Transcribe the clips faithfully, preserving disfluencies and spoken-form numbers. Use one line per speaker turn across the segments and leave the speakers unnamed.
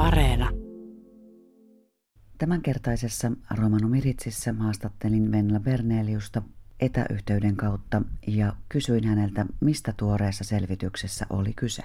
Areena.
Tämänkertaisessa Romanomiриtsissä haastattelin Venla Berneliusta etäyhteyden kautta ja kysyin häneltä, mistä tuoreessa selvityksessä oli kyse.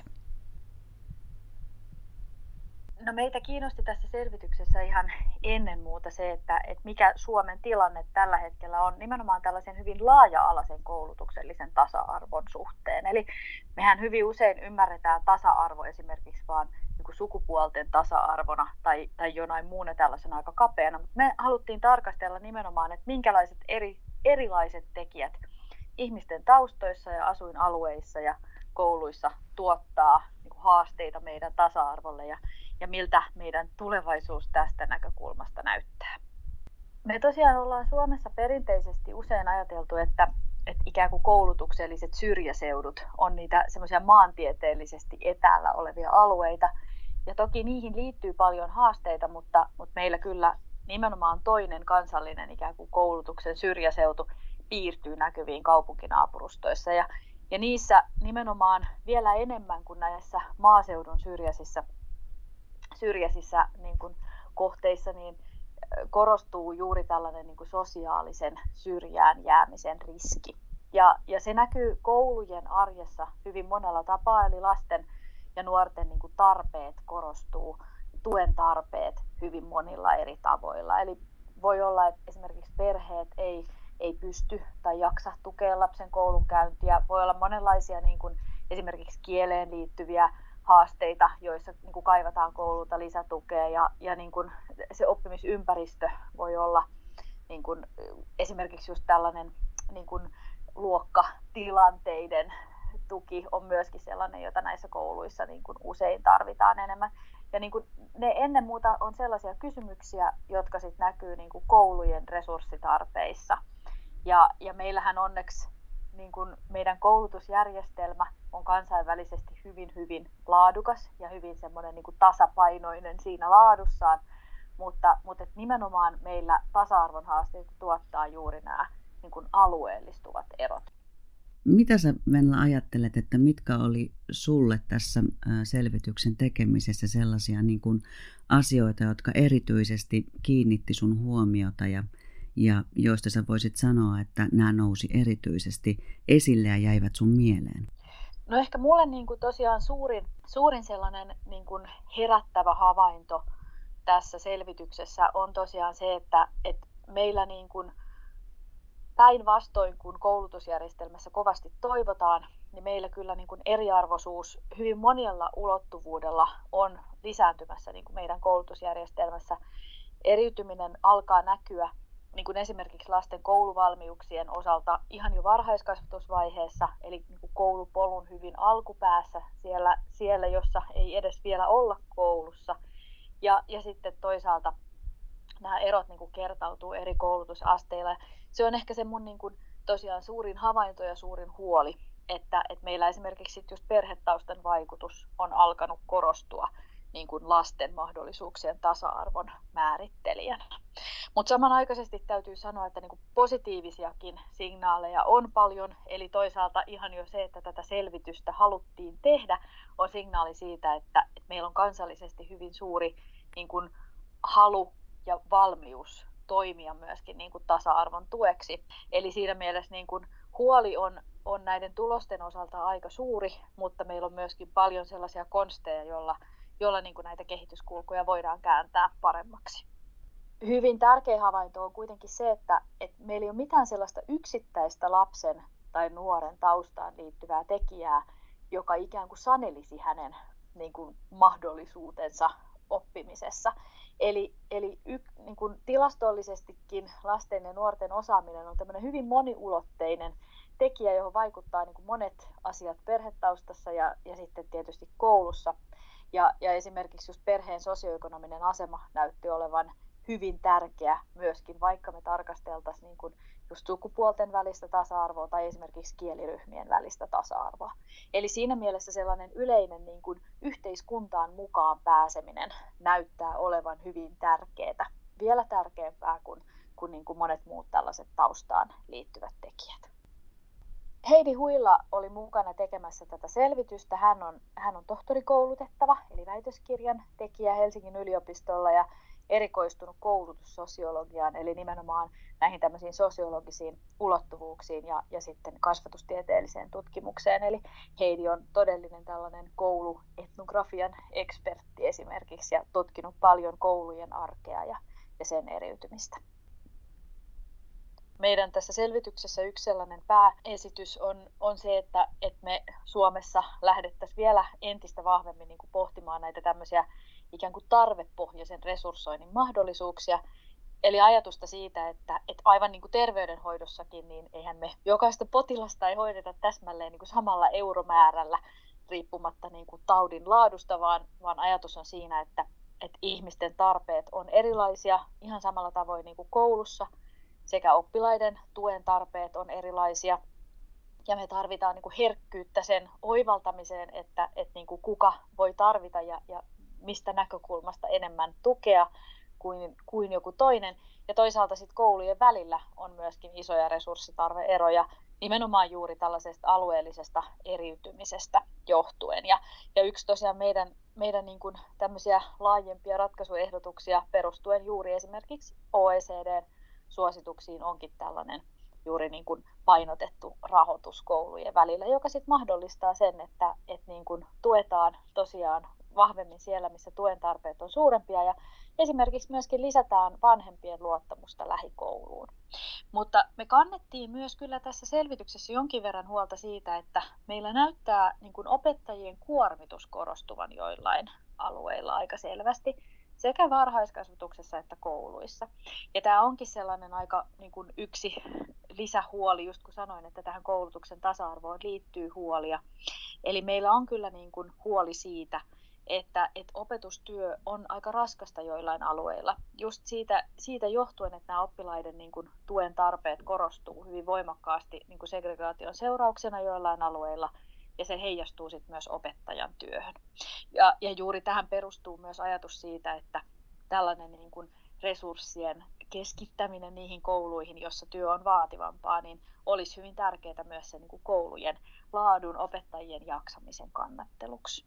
No meitä kiinnosti tässä selvityksessä ihan ennen muuta se, että, että mikä Suomen tilanne tällä hetkellä on nimenomaan tällaisen hyvin laaja-alaisen koulutuksellisen tasa-arvon suhteen. Eli mehän hyvin usein ymmärretään tasa-arvo esimerkiksi vaan niin kuin sukupuolten tasa-arvona tai, tai jonain muuna tällaisena aika kapeana, mutta me haluttiin tarkastella nimenomaan, että minkälaiset eri, erilaiset tekijät ihmisten taustoissa ja asuinalueissa ja kouluissa tuottaa niin kuin haasteita meidän tasa-arvolle ja ja miltä meidän tulevaisuus tästä näkökulmasta näyttää. Me tosiaan ollaan Suomessa perinteisesti usein ajateltu, että, että ikään kuin koulutukselliset syrjäseudut on niitä semmoisia maantieteellisesti etäällä olevia alueita. Ja toki niihin liittyy paljon haasteita, mutta, mutta meillä kyllä nimenomaan toinen kansallinen ikään kuin koulutuksen syrjäseutu piirtyy näkyviin kaupunkinaapurustoissa. Ja, ja niissä nimenomaan vielä enemmän kuin näissä maaseudun syrjäisissä syrjäisissä niin kuin kohteissa niin korostuu juuri tällainen niin kuin sosiaalisen syrjään jäämisen riski. Ja, ja se näkyy koulujen arjessa hyvin monella tapaa, eli lasten ja nuorten niin kuin tarpeet korostuu, tuen tarpeet hyvin monilla eri tavoilla. Eli voi olla, että esimerkiksi perheet ei, ei pysty tai jaksa tukea lapsen koulunkäyntiä. Voi olla monenlaisia niin kuin esimerkiksi kieleen liittyviä haasteita, joissa niin kuin kaivataan koululta lisätukea ja, ja niin kuin se oppimisympäristö voi olla niin kuin esimerkiksi just tällainen niin kuin luokkatilanteiden tuki on myöskin sellainen, jota näissä kouluissa niin kuin usein tarvitaan enemmän. Ja niin kuin ne ennen muuta on sellaisia kysymyksiä, jotka sit näkyy niin kuin koulujen resurssitarpeissa. Ja, ja meillähän onneksi niin kuin meidän koulutusjärjestelmä on kansainvälisesti hyvin, hyvin laadukas ja hyvin semmoinen niin kuin tasapainoinen siinä laadussaan, mutta, mutta et nimenomaan meillä tasa-arvon haasteet tuottaa juuri nämä niin kuin alueellistuvat erot.
Mitä sä, Venla, ajattelet, että mitkä oli sulle tässä selvityksen tekemisessä sellaisia niin kuin asioita, jotka erityisesti kiinnitti sun huomiota ja ja joista sä voisit sanoa, että nämä nousi erityisesti esille ja jäivät sun mieleen?
No ehkä mulle niin kuin tosiaan suurin, suurin sellainen niin kuin herättävä havainto tässä selvityksessä on tosiaan se, että, että meillä niin kuin päinvastoin kun koulutusjärjestelmässä kovasti toivotaan, niin meillä kyllä niin kuin eriarvoisuus hyvin monella ulottuvuudella on lisääntymässä niin kuin meidän koulutusjärjestelmässä. Eriytyminen alkaa näkyä niin kuin esimerkiksi lasten kouluvalmiuksien osalta ihan jo varhaiskasvatusvaiheessa, eli niin kuin koulupolun hyvin alkupäässä, siellä, siellä jossa ei edes vielä olla koulussa. Ja, ja sitten toisaalta nämä erot niin kuin kertautuu eri koulutusasteilla. Se on ehkä se mun niin kuin tosiaan suurin havainto ja suurin huoli, että, että meillä esimerkiksi just perhetaustan vaikutus on alkanut korostua niin kuin lasten mahdollisuuksien tasa-arvon määrittelijänä. Mutta samanaikaisesti täytyy sanoa, että niin kuin positiivisiakin signaaleja on paljon, eli toisaalta ihan jo se, että tätä selvitystä haluttiin tehdä, on signaali siitä, että, että meillä on kansallisesti hyvin suuri niin kuin halu ja valmius toimia myöskin niin kuin tasa-arvon tueksi. Eli siinä mielessä niin kuin huoli on, on näiden tulosten osalta aika suuri, mutta meillä on myöskin paljon sellaisia konsteja, joilla jolla niin kuin näitä kehityskulkuja voidaan kääntää paremmaksi. Hyvin tärkeä havainto on kuitenkin se, että, että meillä ei ole mitään sellaista yksittäistä lapsen tai nuoren taustaan liittyvää tekijää, joka ikään kuin sanelisi hänen niin kuin mahdollisuutensa oppimisessa. Eli, eli y, niin kuin tilastollisestikin lasten ja nuorten osaaminen on tämmöinen hyvin moniulotteinen tekijä, johon vaikuttaa niin kuin monet asiat perhetaustassa ja, ja sitten tietysti koulussa. Ja, ja esimerkiksi just perheen sosioekonominen asema näytti olevan hyvin tärkeä myöskin, vaikka me tarkasteltaisiin niin kuin just sukupuolten välistä tasa-arvoa tai esimerkiksi kieliryhmien välistä tasa-arvoa. Eli siinä mielessä sellainen yleinen niin kuin yhteiskuntaan mukaan pääseminen näyttää olevan hyvin tärkeää, vielä tärkeämpää kuin, kuin, niin kuin monet muut tällaiset taustaan liittyvät tekijät. Heidi Huila oli mukana tekemässä tätä selvitystä. Hän on, hän on tohtorikoulutettava, eli väitöskirjan tekijä Helsingin yliopistolla ja erikoistunut koulutussosiologiaan, eli nimenomaan näihin tämmöisiin sosiologisiin ulottuvuuksiin ja, ja sitten kasvatustieteelliseen tutkimukseen. Eli Heidi on todellinen tällainen kouluetnografian ekspertti esimerkiksi ja tutkinut paljon koulujen arkea ja, ja sen eriytymistä. Meidän tässä selvityksessä yksi sellainen pääesitys on, on se, että, että me Suomessa lähdettäisiin vielä entistä vahvemmin niin kuin pohtimaan näitä tämmöisiä ikään kuin tarvepohjaisen resurssoinnin mahdollisuuksia. Eli ajatusta siitä, että, että aivan niin kuin terveydenhoidossakin, niin eihän me jokaista potilasta ei hoideta täsmälleen niin kuin samalla euromäärällä riippumatta niin kuin taudin laadusta, vaan, vaan ajatus on siinä, että, että ihmisten tarpeet on erilaisia ihan samalla tavoin niin kuin koulussa. Sekä oppilaiden tuen tarpeet on erilaisia ja me tarvitaan niin kuin herkkyyttä sen oivaltamiseen, että, että niin kuin kuka voi tarvita ja, ja mistä näkökulmasta enemmän tukea kuin, kuin joku toinen. Ja toisaalta sit koulujen välillä on myöskin isoja resurssitarve-eroja nimenomaan juuri tällaisesta alueellisesta eriytymisestä johtuen. Ja, ja yksi tosiaan meidän, meidän niin kuin tämmöisiä laajempia ratkaisuehdotuksia perustuen juuri esimerkiksi O E C D:n suosituksiin onkin tällainen juuri niin kuin painotettu rahoitus koulujen välillä, joka sitten mahdollistaa sen, että, että niin kuin tuetaan tosiaan vahvemmin siellä, missä tuen tarpeet on suurempia ja esimerkiksi myöskin lisätään vanhempien luottamusta lähikouluun. Mutta me kannettiin myös kyllä tässä selvityksessä jonkin verran huolta siitä, että meillä näyttää niin kuin opettajien kuormitus korostuvan joillain alueilla aika selvästi. Sekä varhaiskasvatuksessa että kouluissa. Ja tämä onkin sellainen aika niin kuin yksi lisähuoli, just kun sanoin, että tähän koulutuksen tasa-arvoon liittyy huolia. Eli meillä on kyllä niin kuin huoli siitä, että, että opetustyö on aika raskasta joillain alueilla. Just siitä, siitä johtuen, että nämä oppilaiden niin kuin tuen tarpeet korostuu hyvin voimakkaasti niin kuin segregaation seurauksena joillain alueilla. Ja se heijastuu sitten myös opettajan työhön. Ja, ja juuri tähän perustuu myös ajatus siitä, että tällainen niin kuin resurssien keskittäminen niihin kouluihin, jossa työ on vaativampaa, niin olisi hyvin tärkeää myös se niin kuin koulujen laadun, opettajien jaksamisen kannatteluksi.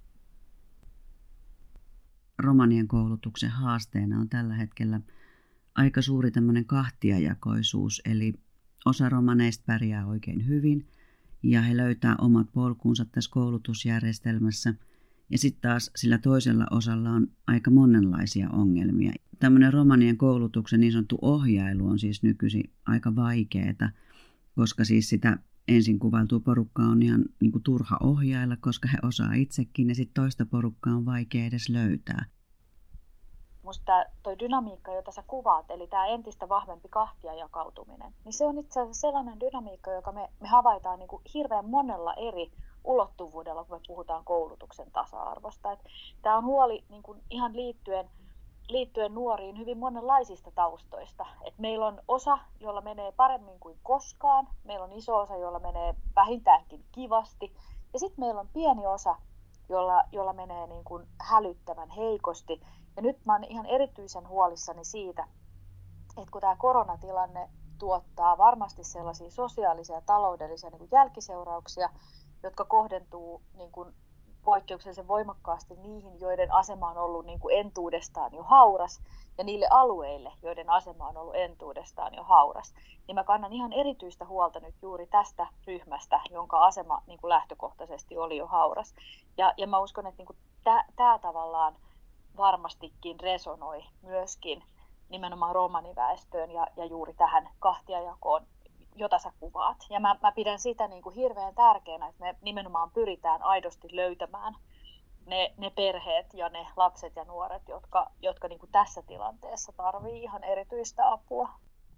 Romanien koulutuksen haasteena on tällä hetkellä aika suuri tämmöinen kahtiajakoisuus, eli osa romaneista pärjää oikein hyvin, ja he löytää omat polkuunsa tässä koulutusjärjestelmässä. Ja sitten taas sillä toisella osalla on aika monenlaisia ongelmia. Tämmöinen romanien koulutuksen niin sanottu ohjailu on siis nykyisin aika vaikeaa, koska siis sitä ensin kuvailtua porukkaa on ihan niin kuin turha ohjailla, koska he osaa itsekin ja sitten toista porukkaa on vaikea edes löytää.
Minusta tuo dynamiikka, jota sä kuvaat, eli tämä entistä vahvempi kahtiajakautuminen, niin se on itse asiassa sellainen dynamiikka, joka me, me havaitaan niin kuin hirveän monella eri ulottuvuudella, kun me puhutaan koulutuksen tasa-arvosta. Et tämä on huoli niin kuin ihan liittyen, liittyen nuoriin hyvin monenlaisista taustoista. Et meillä on osa, jolla menee paremmin kuin koskaan, meillä on iso osa, jolla menee vähintäänkin kivasti, ja sitten meillä on pieni osa, jolla, jolla menee niin kuin hälyttävän heikosti. Ja nyt mä oon ihan erityisen huolissani siitä, että kun tämä koronatilanne tuottaa varmasti sellaisia sosiaalisia ja taloudellisia niin kuin jälkiseurauksia, jotka kohdentuu niin kuin poikkeuksellisen voimakkaasti niihin, joiden asema on ollut niin kuin entuudestaan jo hauras, ja niille alueille, joiden asema on ollut entuudestaan jo hauras. Niin mä kannan ihan erityistä huolta nyt juuri tästä ryhmästä, jonka asema niin kuin lähtökohtaisesti oli jo hauras. Ja, ja mä uskon, että niin tämä tavallaan varmastikin resonoi myöskin nimenomaan romaniväestöön ja, ja juuri tähän kahtiajakoon, jota sä kuvaat. Ja mä, mä pidän sitä niin kuin hirveän tärkeänä, että me nimenomaan pyritään aidosti löytämään ne, ne perheet ja ne lapset ja nuoret, jotka, jotka niin kuin tässä tilanteessa tarvii ihan erityistä apua.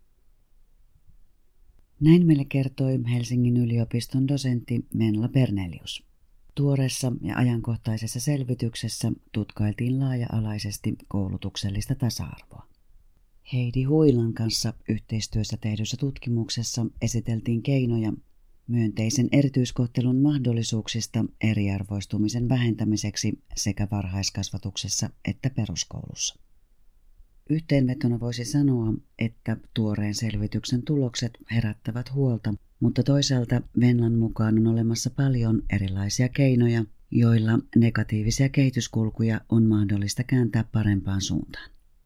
Näin meille kertoi Helsingin yliopiston dosentti Menla Bernelius. Tuoreessa ja ajankohtaisessa selvityksessä tutkailtiin laaja-alaisesti koulutuksellista tasa-arvoa. Heidi Huilan kanssa yhteistyössä tehdyssä tutkimuksessa esiteltiin keinoja myönteisen erityiskohtelun mahdollisuuksista eriarvoistumisen vähentämiseksi sekä varhaiskasvatuksessa että peruskoulussa. Yhteenvetona voisi sanoa, että tuoreen selvityksen tulokset herättävät huolta Mutta toisaalta Venlan mukaan on olemassa paljon erilaisia keinoja, joilla negatiivisia kehityskulkuja on mahdollista kääntää parempaan suuntaan.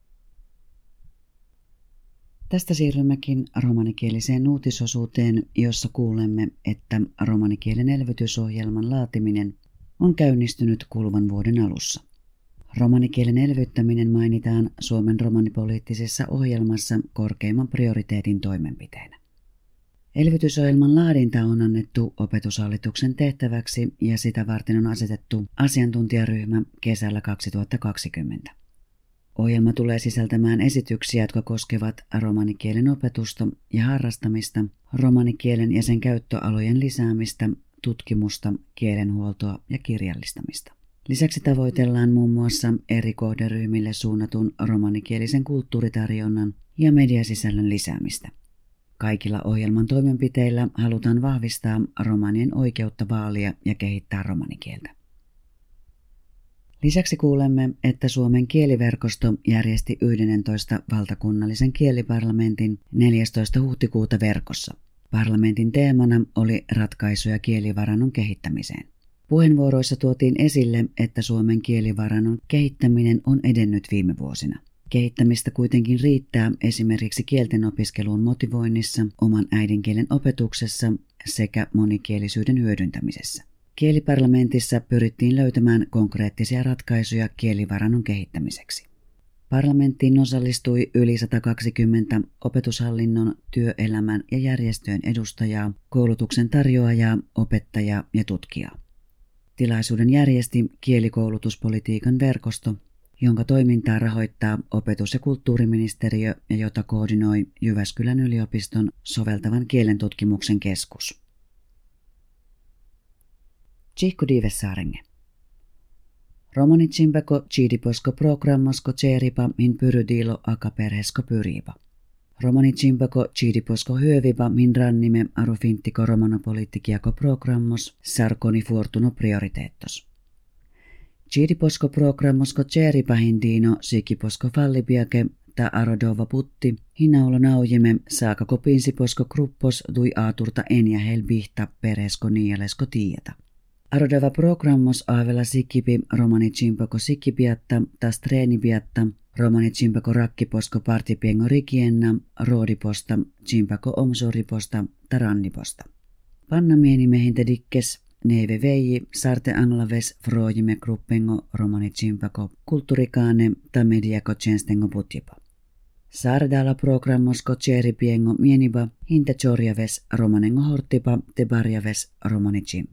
Tästä siirrymmekin romanikieliseen uutisosuuteen, jossa kuulemme, että romanikielen elvytysohjelman laatiminen on käynnistynyt kuluvan vuoden alussa. Romanikielen elvyttäminen mainitaan Suomen romanipoliittisessa ohjelmassa korkeimman prioriteetin toimenpiteenä. Elvytysohjelman laadinta on annettu Opetushallituksen tehtäväksi ja sitä varten on asetettu asiantuntijaryhmä kesällä kaksituhattakaksikymmentä. Ohjelma tulee sisältämään esityksiä, jotka koskevat romanikielen opetusta ja harrastamista, romanikielen ja sen käyttöalojen lisäämistä, tutkimusta, kielenhuoltoa ja kirjallistamista. Lisäksi tavoitellaan muun muassa eri kohderyhmille suunnatun romanikielisen kulttuuritarjonnan ja mediasisällön lisäämistä. Kaikilla ohjelman toimenpiteillä halutaan vahvistaa romanien oikeutta vaalia ja kehittää romanikieltä. Lisäksi kuulemme, että Suomen kieliverkosto järjesti yhdennentoista valtakunnallisen kieliparlamentin neljästoista huhtikuuta verkossa. Parlamentin teemana oli ratkaisuja kielivarannon kehittämiseen. Puheenvuoroissa tuotiin esille, että Suomen kielivarannon kehittäminen on edennyt viime vuosina. Kehittämistä kuitenkin riittää esimerkiksi kielten opiskeluun motivoinnissa, oman äidinkielen opetuksessa sekä monikielisyyden hyödyntämisessä. Kieliparlamentissa pyrittiin löytämään konkreettisia ratkaisuja kielivarannon kehittämiseksi. Parlamenttiin osallistui yli sata kaksikymmentä opetushallinnon, työelämän ja järjestöjen edustajaa, koulutuksen tarjoajaa, opettajaa ja tutkijaa. Tilaisuuden järjesti kielikoulutuspolitiikan verkosto, jonka toimintaa rahoittaa opetus- ja kulttuuriministeriö ja jota koordinoi Jyväskylän yliopiston soveltavan kielen tutkimuksen keskus. Tsihku divessaarenge. Romani tsimpeko tsiidiposko programmasko tseripa min pyrydilo akaperhesko pyriipa. Romani tsimpeko tsiidiposko hyövipa min rannime arufinttiko romanopoliittikiako programmos sarkoni fortuno prioriteettos. Tsiidiposko programmosko tseripa hindiino sikiposko fallipiake ta arodova putti hinaulo naujime saakako pinsiposko gruppos dui aaturta enja helbihta peresko niialesko tieta. Arodava programmos aavella sikipi romani tsimpako sikipiatta tas treenipiatta romani tsimpako rakkiposko partipiengo rikienna roodiposta tsimpako omsoriposta taranniposta. Panna mieni mehintä dikkes neve veiji sarte anglaves frojime gruppengo romani tsimpako kulttuurikaane ta mediako tjenstengo putjipa. Saardala programmosko tseripiengo mieniba hinta tjorjaves romanengo horttipa te barjaves romani tsimp.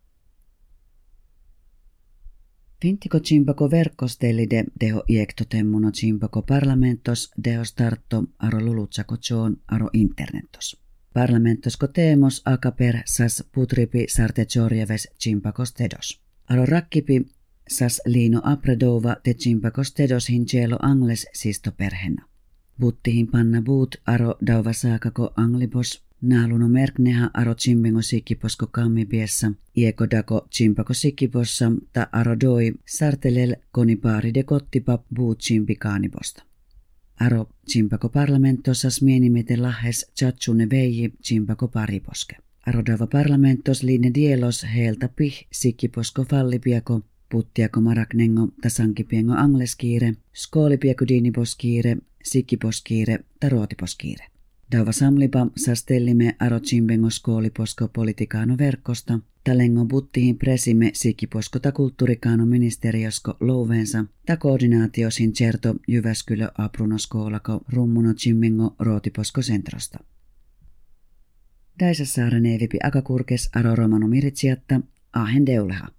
Finttiko tsimpako verkkostellide deho iektotemmuno tsimpako parlamentos deho startto aro lulutsako tjoon aro internetos. Parlamentosko teemos akaper sas putripi sarte tjorjaves tsimpakos tedos. Aro rakkipi sas liino apredova te tsimpakos tedos hin cielo angles sisto perhena. Buttihin panna buut aro dauva saakako anglibos. Naaluno merkneha aro tsimpengo sikiposko kammipiessa, ieko dako tsimpako sikipossa ta aro doi sartelel konipaari de kottipa buut tsimpi kaaniposta. Aro tsimpako parlamentosas mienimete lahes tsatsune veiji tsimpako pariposke. Aro dava parlamentos liine dielos heelta pih sikiposko fallipiako, puttiako maraknengo ta sankipiengo angleskiire, skoolipiako diiniposkiire, sikiposkiire ta rootiposkiire. Dauva samlipa sastellime aro tsimpengo skooliposko politikaano verkosta, talengo buttihin presime sikiposko ta kulttuurikaano ministeriosko louvensa, ta koordinaatiosin certo Jyväskylä aprunoskoolako rummuno tsimpengo rootiposko sentrosta. Daisassaaren eevipi akakurkes aro romano miritsiatta, ahen deuleha.